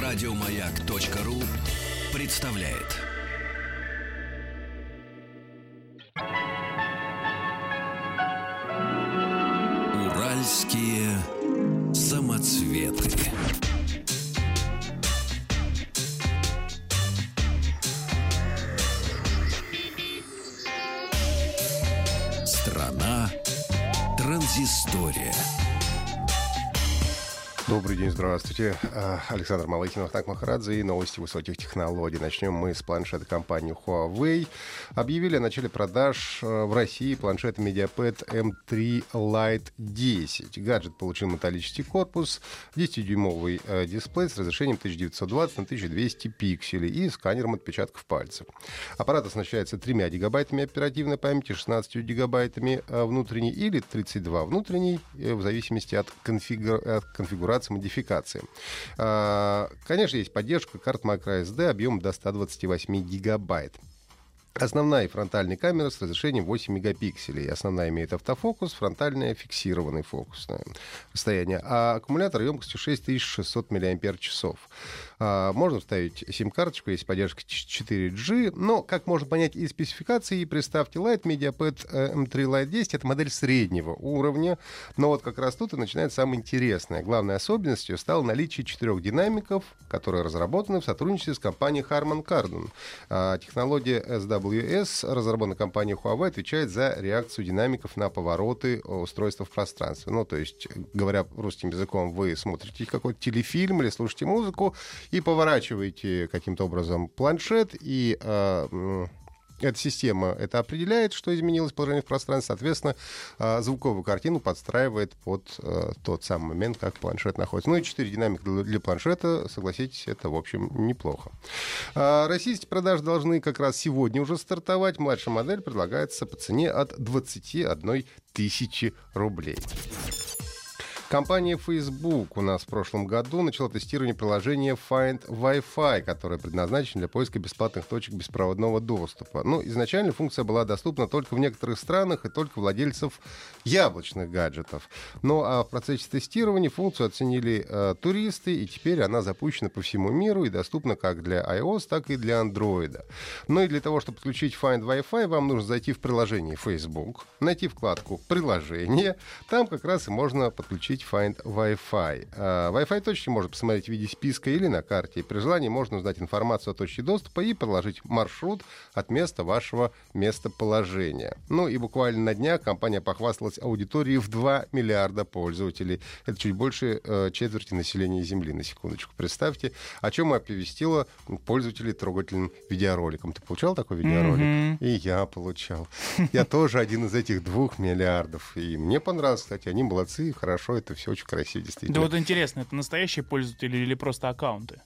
Радиомаяк.ру представляет. Уральские самоцветы. Страна транзистория. Добрый день, здравствуйте. Александр Малыхин, Ахтанг Махарадзе и новости высоких технологий. Начнем мы с планшета компании Huawei. Объявили о начале продаж в России планшета MediaPad M3 Lite 10. Гаджет получил металлический корпус, 10-дюймовый дисплей с разрешением 1920 на 1200 пикселей и сканером отпечатков пальцев. Аппарат оснащается 3 гигабайтами оперативной памяти, 16 гигабайтами внутренней или 32 внутренней, в зависимости от конфигурации модификации. Конечно, есть поддержка карт microSD объемом до 128 гигабайт. Основная и фронтальная камера с разрешением 8 мегапикселей. Основная имеет автофокус, фронтальная — фиксированный фокусное расстояние. А аккумулятор емкостью 6600 мАч. Можно вставить сим-карточку, есть поддержка 4G. Но, как можно понять из спецификации, приставки Lite, MediaPad M3 Lite 10 — это модель среднего уровня. Но вот как раз тут и начинается самое интересное. Главной особенностью стало наличие 4 динамиков, которые разработаны в сотрудничестве с компанией Harman Kardon. Технология SWS, разработанная компанией Huawei, отвечает за реакцию динамиков на повороты устройства в пространстве. Ну, то есть, говоря русским языком, вы смотрите какой-то телефильм или слушаете музыку и поворачиваете каким-то образом планшет, и эта система это определяет, что изменилось положение в пространстве. Соответственно, звуковую картину подстраивает под тот самый момент, как планшет находится. Ну и 4 динамика для планшета, согласитесь, это, в общем, неплохо. Российские продажи должны как раз сегодня уже стартовать. Младшая модель предлагается по цене от 21 тысячи рублей. Компания Facebook у нас в прошлом году начала тестирование приложения Find Wi-Fi, которое предназначено для поиска бесплатных точек беспроводного доступа. Ну, изначально функция была доступна только в некоторых странах и только владельцев яблочных гаджетов. Ну, а в процессе тестирования функцию оценили туристы, и теперь она запущена по всему миру и доступна как для iOS, так и для Android. Ну и для того, чтобы подключить Find Wi-Fi, вам нужно зайти в приложение Facebook, найти вкладку «Приложение». Там как раз и можно подключить Find Wi-Fi. Wi-Fi точки можно посмотреть в виде списка или на карте. И при желании можно узнать информацию о точке доступа и проложить маршрут от места вашего местоположения. Ну и буквально на днях компания похвасталась аудиторией в 2 миллиарда пользователей. Это чуть больше четверти населения Земли, на секундочку. Представьте, о чем оповестила пользователей трогательным видеороликом. Ты получал такой видеоролик? И я получал. Я тоже один из этих 2 миллиардов. И мне понравилось, кстати. Они молодцы, хорошо, это все очень красиво, действительно. Да вот интересно, это настоящие пользователи или просто аккаунты?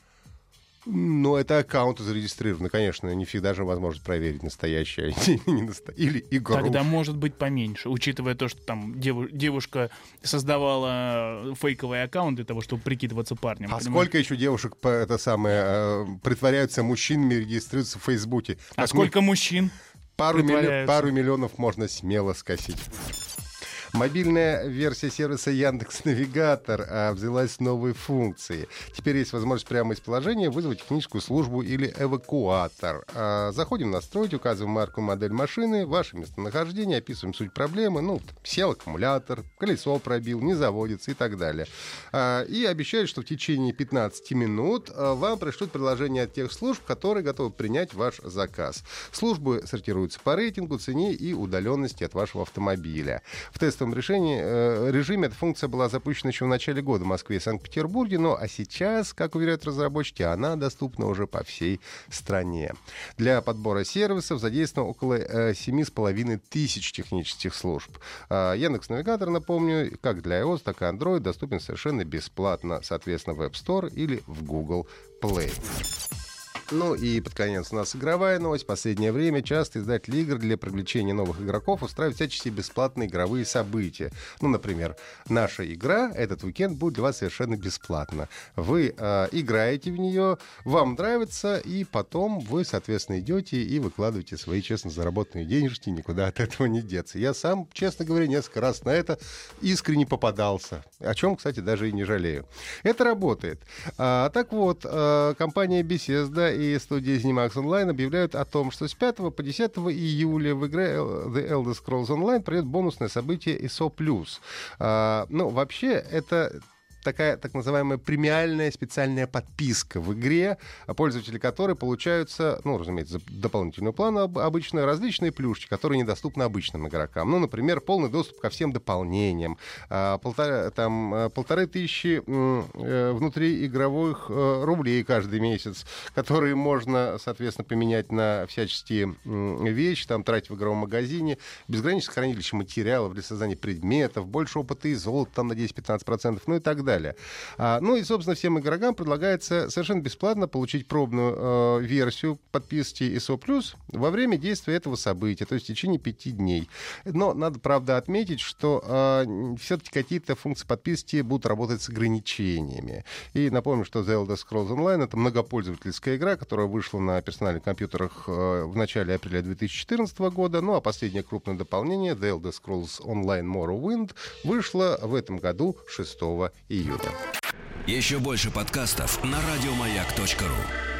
Ну, это аккаунты зарегистрированы, конечно. Не всегда же возможно проверить, настоящие или игру. Тогда может быть поменьше, учитывая то, что там девушка создавала фейковый аккаунт для того, чтобы прикидываться парнем. А сколько еще девушек притворяются мужчинами и регистрируются в Фейсбуке? А сколько мужчин пару миллионов можно смело скосить. Мобильная версия сервиса Яндекс.Навигатор взялась с новой функцией. Теперь есть возможность прямо из приложения вызвать техническую службу или эвакуатор. Заходим в настройки, указываем марку, модель машины, ваше местонахождение, описываем суть проблемы. Ну, сел аккумулятор, колесо пробил, не заводится и так далее. И обещают, что в течение 15 минут вам пришлют предложение от тех служб, которые готовы принять ваш заказ. Службы сортируются по рейтингу, цене и удаленности от вашего автомобиля. В тестовом режиме эта функция была запущена еще в начале года в Москве и Санкт-Петербурге, а сейчас, как уверяют разработчики, она доступна уже по всей стране. Для подбора сервисов задействовано около 7,5 тысяч технических служб. Яндекс.Навигатор, напомню, как для iOS, так и Android доступен совершенно бесплатно, соответственно, в App Store или в Google Play. Ну и под конец у нас игровая новость. В последнее время часто издатели игр для привлечения новых игроков устраивают всяческие бесплатные игровые события. Ну, например, наша игра этот уикенд будет для вас совершенно бесплатно. Вы играете в нее, вам нравится, и потом вы, соответственно, идете и выкладываете свои честно заработанные денежки, никуда от этого не деться. Я сам, честно говоря, несколько раз на это искренне попадался, о чем, кстати, даже и не жалею. Это работает. Так вот, компания Bethesda и студия ZeniMax Online объявляют о том, что с 5 по 10 июля в игре The Elder Scrolls Online пройдет бонусное событие ESO+. Ну, вообще, это такая так называемая премиальная специальная подписка в игре, пользователи которой получаются, ну, разумеется, за дополнительную плану обычно различные плюшки, которые недоступны обычным игрокам. Ну, например, полный доступ ко всем дополнениям, 1500 внутриигровых рублей каждый месяц, которые можно, соответственно, поменять на всяческие вещи, там, тратить в игровом магазине, безграничное хранилище материалов для создания предметов, больше опыта и золота там на 10-15%, ну и так далее. Ну и, собственно, всем игрокам предлагается совершенно бесплатно получить пробную версию подписки ESO+, во время действия этого события, то есть в течение 5 дней. Но надо, правда, отметить, что все-таки какие-то функции подписки будут работать с ограничениями. И напомню, что The Elder Scrolls Online — это многопользовательская игра, которая вышла на персональных компьютерах в начале апреля 2014 года. Ну а последнее крупное дополнение, The Elder Scrolls Online Morrowind, вышло в этом году 6 июля. Еще больше подкастов на радиомаяк.ру.